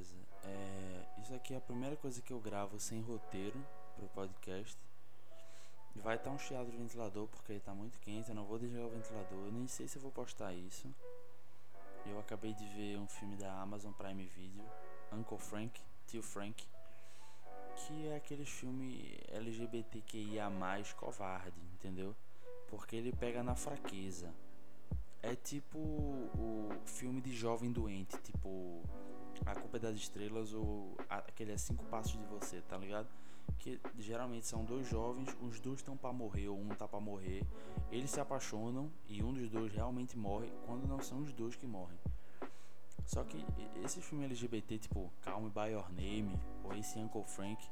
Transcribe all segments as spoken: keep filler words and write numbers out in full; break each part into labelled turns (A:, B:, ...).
A: beleza. É, isso aqui é a primeira coisa que eu gravo sem roteiro pro podcast. Vai estar um chiado de ventilador porque tá muito quente, eu não vou desligar o ventilador, eu nem sei se eu vou postar isso. Eu acabei de ver um filme da Amazon Prime Video, Uncle Frank, Tio Frank, que é aquele filme L G B T Q I A mais, covarde, entendeu? Porque ele pega na fraqueza. É tipo o filme de jovem doente, tipo A Culpa é das Estrelas ou aquele é Cinco Passos de Você, tá ligado? Que geralmente são dois jovens, os dois estão pra morrer ou um tá pra morrer. Eles se apaixonam e um dos dois realmente morre quando não são os dois que morrem. Só que esse filme L G B T, tipo Call Me By Your Name ou esse Uncle Frank,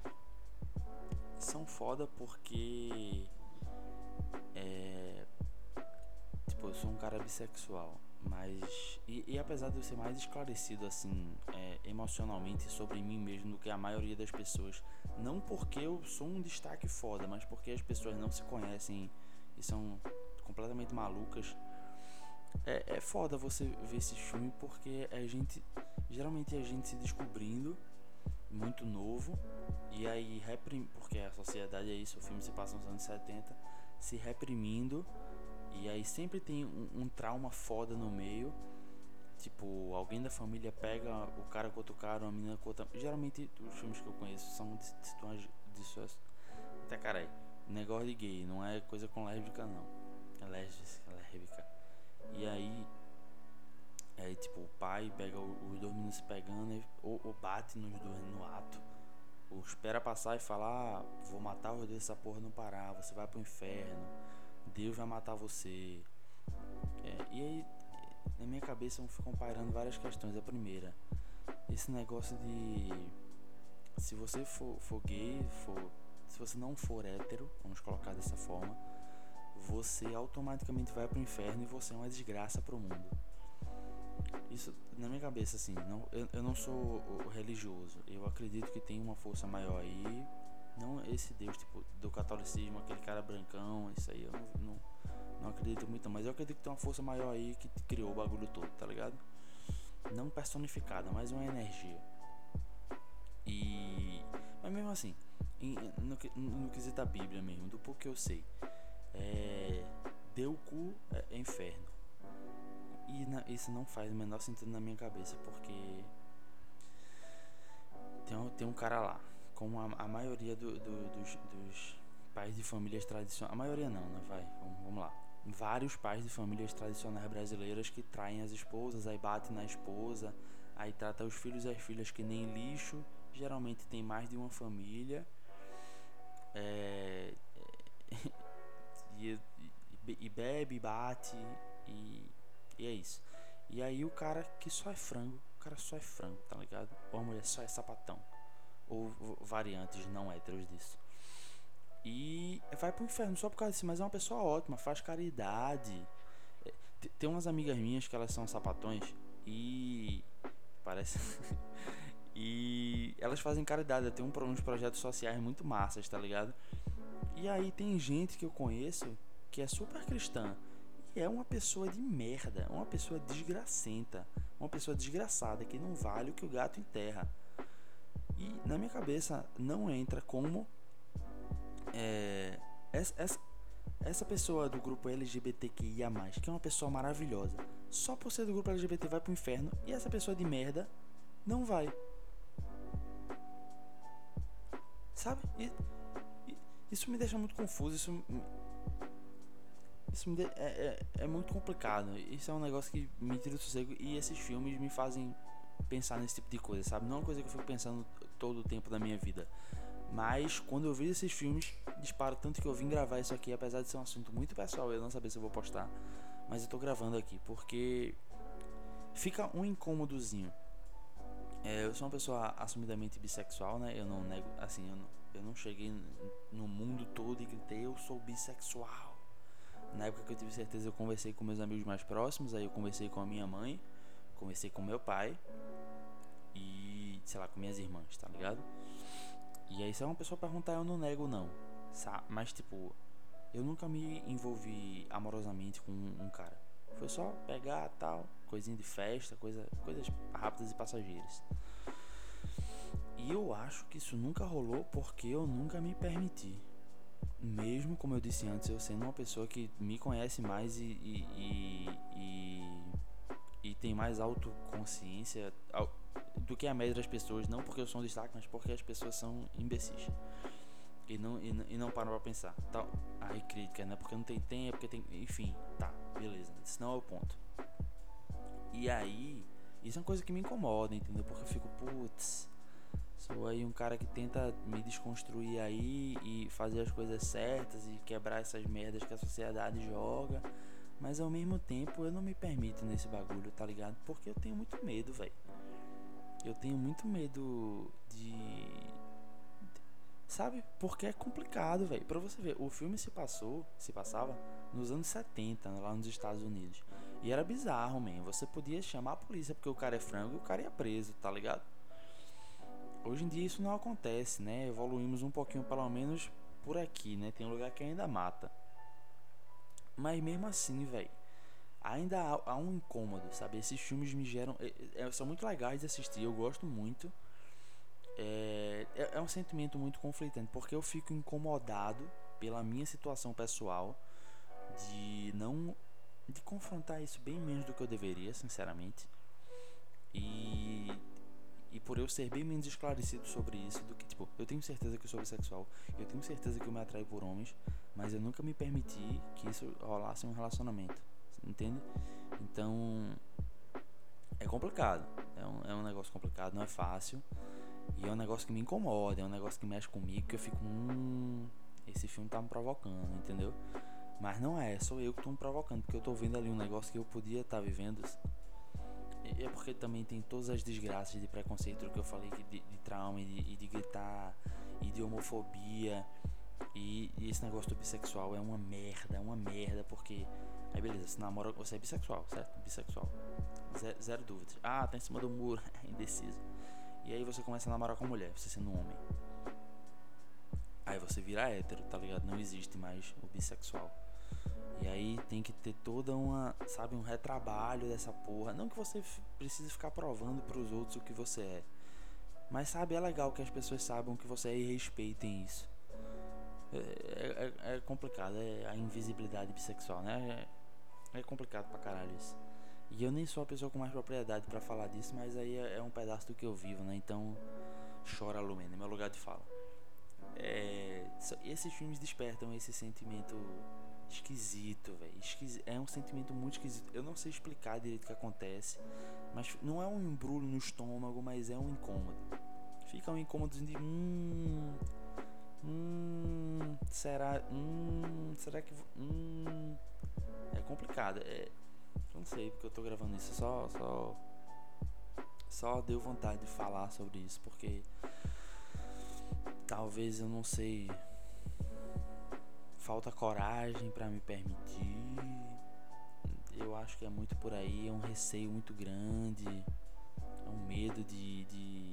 A: são foda porque é, tipo, eu sou um cara bissexual, mas e, e apesar de eu ser mais esclarecido assim, é, emocionalmente sobre mim mesmo do que a maioria das pessoas, não porque eu sou um destaque foda, mas porque as pessoas não se conhecem e são completamente malucas. É, é foda você ver esse filme porque a gente geralmente é a gente se descobrindo muito novo e aí reprim, porque a sociedade é isso, o filme se passa nos anos setenta, se reprimindo. E aí sempre tem um, um trauma foda no meio. Tipo, alguém da família pega o cara com outro cara, uma menina com outra. Geralmente os filmes que eu conheço são de situações. De suas... Até caralho. Negócio de gay, não é coisa com lésbica não. É lésbica, lésbica. E aí. Aí tipo, o pai pega os dois meninos se pegando ou, ou bate nos dois no ato. Ou espera passar e fala, ah, vou matar os dois, essa porra não parar, você vai pro inferno. Deus vai matar você. É, e aí, na minha cabeça, eu fico comparando várias questões. A primeira, esse negócio de se você for, for gay, for, se você não for hétero, vamos colocar dessa forma, você automaticamente vai pro inferno e você é uma desgraça pro mundo. Isso na minha cabeça, assim, não, eu, eu não sou religioso. Eu acredito que tem uma força maior aí. Não esse Deus, tipo, do catolicismo, aquele cara brancão, isso aí eu não, não, não acredito muito, mas eu acredito que tem uma força maior aí que criou o bagulho todo, tá ligado? Não personificada, mas uma energia. E. Mas mesmo assim, em, no, no, no quesito da Bíblia mesmo, do pouco que eu sei, é. Deu o cu é, é inferno. E na, isso não faz o menor sentido na minha cabeça, porque tem um, tem um cara lá, como a, a maioria do, do, dos, dos pais de famílias tradicionais. A maioria não, né? Vai, vamos, vamos lá. Vários pais de famílias tradicionais brasileiras que traem as esposas, aí bate na esposa, aí trata os filhos e as filhas que nem lixo. Geralmente tem mais de uma família. É, e, e, e bebe, bate e, e é isso. E aí o cara que só é frango, o cara só é frango, tá ligado? Ou a mulher só é sapatão. Ou variantes não héteros disso. E vai pro inferno só por causa disso, mas é uma pessoa ótima, faz caridade. Tem umas amigas minhas que elas são sapatões e. Parece. E elas fazem caridade, tem uns projetos sociais muito massas, tá ligado? E aí tem gente que eu conheço que é super cristã e é uma pessoa de merda, uma pessoa desgracenta, uma pessoa desgraçada que não vale o que o gato enterra. E na minha cabeça não entra como é, essa, essa, essa pessoa do grupo L G B T Q I A mais, que é uma pessoa maravilhosa, só por ser do grupo L G B T vai pro inferno e essa pessoa de merda não vai. Sabe? E, e, isso me deixa muito confuso, isso Isso me de, é, é, é muito complicado. Isso é um negócio que me tira do sossego. E esses filmes me fazem pensar nesse tipo de coisa, sabe? Não é uma coisa que eu fico pensando todo o tempo da minha vida. Mas quando eu vejo esses filmes, disparo tanto que eu vim gravar isso aqui. Apesar de ser um assunto muito pessoal, eu não saber se eu vou postar. Mas eu tô gravando aqui porque fica um incômodozinho. É, eu sou uma pessoa assumidamente bissexual, né? Eu não nego, assim, eu não, eu não cheguei no mundo todo e gritei, eu sou bissexual. Na época que eu tive certeza, eu conversei com meus amigos mais próximos, aí eu conversei com a minha mãe, conversei com meu pai e, sei lá, com minhas irmãs, tá ligado? E aí se é uma pessoa perguntar, eu não nego não, sabe? Mas tipo, eu nunca me envolvi amorosamente com um, um cara. Foi só pegar tal, coisinha de festa, coisa, coisas rápidas e passageiras. E eu acho que isso nunca rolou porque eu nunca me permiti. Mesmo, como eu disse antes, eu sendo uma pessoa que me conhece mais e, e, e, e, e tem mais autoconsciência do que a média das pessoas, não porque eu sou um destaque, mas porque as pessoas são imbecis e não, e, e não param pra pensar. Tal. Aí crítica, né? Porque não tem tempo, porque tem. Enfim, tá, beleza. Esse não é o ponto. E aí, isso é uma coisa que me incomoda, entendeu? Porque eu fico, putz, sou aí um cara que tenta me desconstruir aí e fazer as coisas certas e quebrar essas merdas que a sociedade joga. Mas ao mesmo tempo eu não me permito nesse bagulho, tá ligado? Porque eu tenho muito medo, velho. Eu tenho muito medo de... Sabe? Porque é complicado, velho. Pra você ver, o filme se passou, se passava nos anos setenta, lá nos Estados Unidos. E era bizarro, man. Você podia chamar a polícia porque o cara é frango e o cara ia preso, tá ligado? Hoje em dia isso não acontece, né? Evoluímos um pouquinho, pelo menos por aqui, né? Tem um lugar que ainda mata. Mas mesmo assim, velho, ainda há, há um incômodo, sabe? Esses filmes me geram... É, é, são muito legais de assistir, eu gosto muito. É, é, é um sentimento muito conflitante, porque eu fico incomodado pela minha situação pessoal de não... de confrontar isso bem menos do que eu deveria, sinceramente. E... E por eu ser bem menos esclarecido sobre isso do que, tipo, eu tenho certeza que eu sou bissexual, eu tenho certeza que eu me atraio por homens, mas eu nunca me permiti que isso rolasse em um relacionamento, entende? Então, é complicado, é um, é um negócio complicado, não é fácil, e é um negócio que me incomoda, é um negócio que mexe comigo, que eu fico, hum, esse filme tá me provocando, entendeu? Mas não é, sou eu que tô me provocando, porque eu tô vendo ali um negócio que eu podia estar tá vivendo. É porque também tem todas as desgraças de preconceito que eu falei, de, de trauma e de, e de gritar, e de homofobia, e, e esse negócio do bissexual é uma merda, é uma merda, porque aí beleza, você namora, você é bissexual, certo? Bissexual, zero, zero dúvidas. Ah, tá em cima do muro, indeciso. E aí você começa a namorar com mulher, você sendo um homem. Aí você vira hétero, tá ligado? Não existe mais o bissexual. E aí tem que ter toda uma, sabe, um retrabalho dessa porra. Não que você f- precise ficar provando pros outros o que você é. Mas sabe, é legal que as pessoas saibam que você é e respeitem isso. É, é, é- é complicado, é a invisibilidade bissexual, né? É, é complicado pra caralho isso. E eu nem sou a pessoa com mais propriedade pra falar disso, mas aí é, é um pedaço do que eu vivo, né? Então, chora Lumena, é meu lugar de fala. É, so- esses filmes despertam esse sentimento esquisito, velho. Esquisi- é um sentimento muito esquisito. Eu não sei explicar direito o que acontece, mas não é um embrulho no estômago, mas é um incômodo. Fica um incômodo de hum, hum, será, hum, será que, hum, é complicado. É, eu não sei porque eu tô gravando isso. Só, só, só deu vontade de falar sobre isso porque talvez eu não sei. Falta coragem pra me permitir. Eu acho que é muito por aí. É um receio muito grande. É um medo de. de,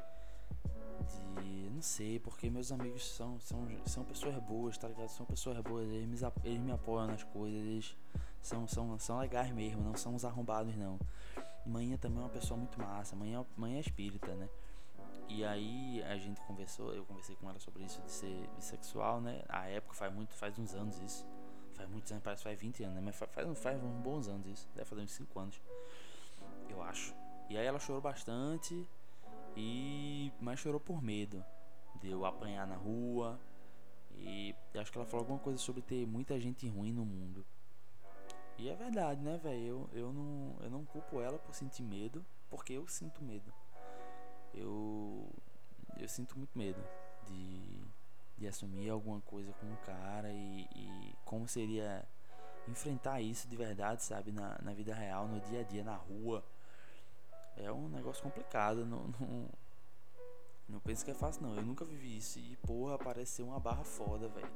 A: de não sei, porque meus amigos são, são, são pessoas boas, tá ligado? São pessoas boas. Eles me, eles me apoiam nas coisas. Eles são, são, são legais mesmo. Não são uns arrombados, não. Manhã também é uma pessoa muito massa. Manhã, manhã é espírita, né? E aí a gente conversou, eu conversei com ela sobre isso de ser bissexual, né? A época faz muito, faz uns anos isso. Faz muitos anos, parece que faz vinte anos, né? Mas faz, faz, faz uns bons anos isso. Deve fazer uns cinco anos, eu acho. E aí ela chorou bastante, e mas chorou por medo de eu apanhar na rua. E acho que ela falou alguma coisa sobre ter muita gente ruim no mundo. E é verdade, né, velho? Eu, eu, não, eu não culpo ela por sentir medo, porque eu sinto medo. Eu eu sinto muito medo de, de assumir alguma coisa com um cara e, e como seria enfrentar isso de verdade, sabe, na, na vida real, no dia a dia, na rua. É um negócio complicado, não, não, não penso que é fácil não, eu nunca vivi isso e porra, parece ser uma barra foda, velho.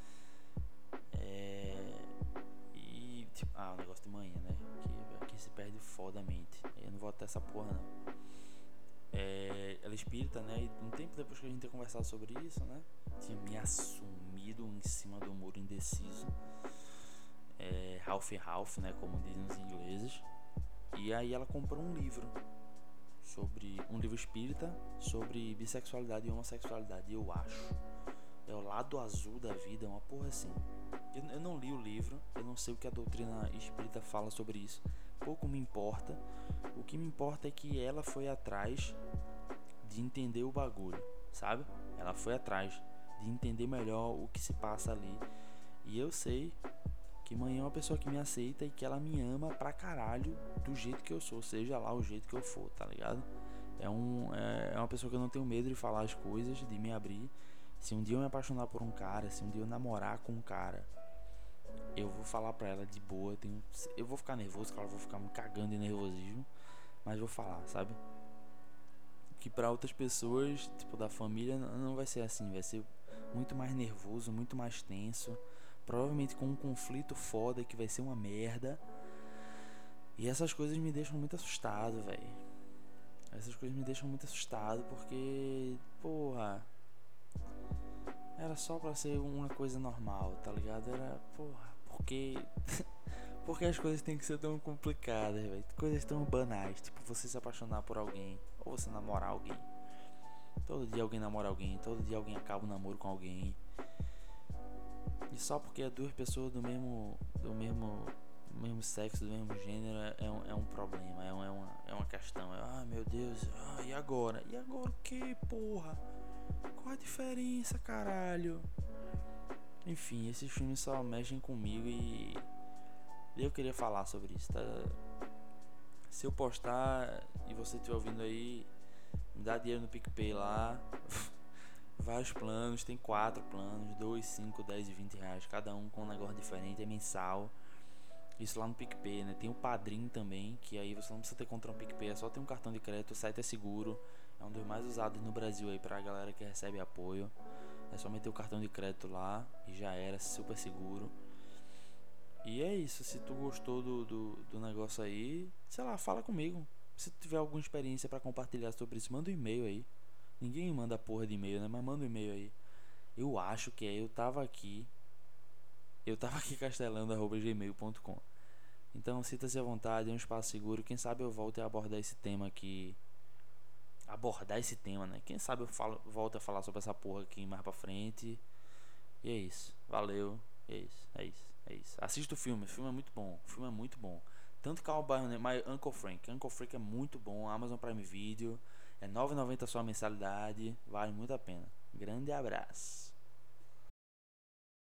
A: É... E tipo, ah, o negócio de manhã, né, que, que se perde fodamente, eu não vou até essa porra não. É, ela é espírita, né? E um tempo depois que a gente tinha conversado sobre isso, né? Tinha me assumido em cima do muro indeciso. É, half half, né? Como dizem os ingleses. E aí ela comprou um livro. sobre um livro espírita sobre bissexualidade e homossexualidade, eu acho. É o lado azul da vida, uma porra assim. Eu, eu não li o livro, eu não sei o que a doutrina espírita fala sobre isso. Pouco me importa. O que me importa é que ela foi atrás de entender o bagulho, sabe? Ela foi atrás de entender melhor o que se passa ali. E eu sei que mãe é uma pessoa que me aceita e que ela me ama pra caralho do jeito que eu sou, seja lá o jeito que eu for, tá ligado? É, um, é uma pessoa que eu não tenho medo de falar as coisas, de me abrir. Se um dia eu me apaixonar por um cara, se um dia eu namorar com um cara, eu vou falar pra ela de boa. Eu, tenho, eu vou ficar nervoso, claro, eu vou ficar me cagando de nervosismo, mas vou falar, sabe? Que pra outras pessoas, tipo da família, não vai ser assim, vai ser muito mais nervoso, muito mais tenso, provavelmente com um conflito foda que vai ser uma merda. E essas coisas me deixam muito assustado, velho. Essas coisas me deixam muito assustado porque, porra, era só pra ser uma coisa normal, tá ligado? Era, porra, porque porque as coisas têm que ser tão complicadas, velho. Coisas tão banais, tipo você se apaixonar por alguém ou você namorar alguém. Todo dia alguém namora alguém, todo dia alguém acaba um namoro com alguém. E só porque é duas pessoas do mesmo do mesmo do mesmo sexo, do mesmo gênero é um, é um problema, é, um, é, uma, é uma questão. É, ah, meu Deus, ah, e agora? E agora o que, porra? Qual a diferença, caralho? Enfim, esses filmes só mexem comigo e eu queria falar sobre isso, tá? Se eu postar e você estiver ouvindo aí, me dá dinheiro no PicPay lá. Vários planos, tem quatro planos, dois, cinco, dez e vinte reais, cada um com um negócio diferente, é mensal. Isso lá no PicPay, né? Tem o Padrim também, que aí você não precisa ter conta no PicPay, é só ter um cartão de crédito, o site é seguro, é um dos mais usados no Brasil aí pra galera que recebe apoio. É só meter o cartão de crédito lá e já era, super seguro. E é isso, se tu gostou do, do, do negócio aí, sei lá, fala comigo. Se tu tiver alguma experiência pra compartilhar sobre isso, manda um e-mail aí. Ninguém manda porra de e-mail, né? Mas manda um e-mail aí. Eu acho que é eu tava aqui. Eu tava aqui castelando arroba gmail ponto com. Então sinta-se à vontade, é um espaço seguro. Quem sabe eu volto a abordar esse tema aqui. Abordar esse tema, né? Quem sabe eu falo, volto a falar sobre essa porra aqui mais pra frente. E é isso. Valeu. E é isso. É isso. É isso. Assista o filme. O filme é muito bom. O filme é muito bom. Tanto Cowboy, né? Mas Uncle Frank. Uncle Frank é muito bom. Amazon Prime Video. É nove reais e noventa centavos só a mensalidade. Vale muito a pena. Grande abraço.